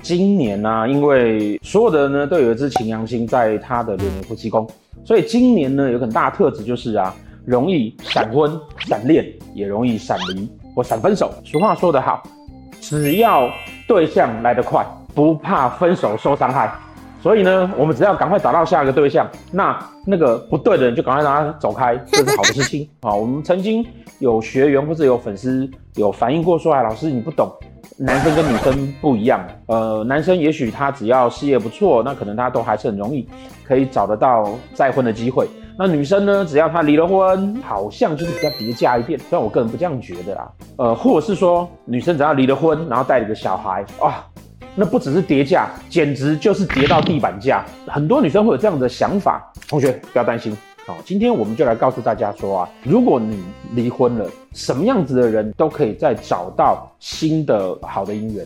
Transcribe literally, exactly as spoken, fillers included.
今年啊，因为所有的人呢都有一只擎羊星在他的流年夫妻宫，所以今年呢有个很大的特质就是啊，容易闪婚、闪恋，也容易闪离或闪分手。俗话说得好，只要对象来得快，不怕分手受伤害。所以呢，我们只要赶快找到下一个对象，那那个不对的人就赶快让他走开，这是好的事情啊。我们曾经有学员或者有粉丝有反映过说，哎，老师你不懂。男生跟女生不一样，呃，男生也许他只要事业不错，那可能他都还是很容易可以找得到再婚的机会。那女生呢，只要她离了婚，好像就是比较跌价一点，虽然我个人不这样觉得啦。呃，或者是说女生只要离了婚，然后带了一个小孩，啊，那不只是跌价，简直就是跌到地板价。很多女生会有这样的想法，同学不要担心。好，今天我们就来告诉大家说啊，如果你离婚了，什么样子的人都可以再找到新的好的姻缘。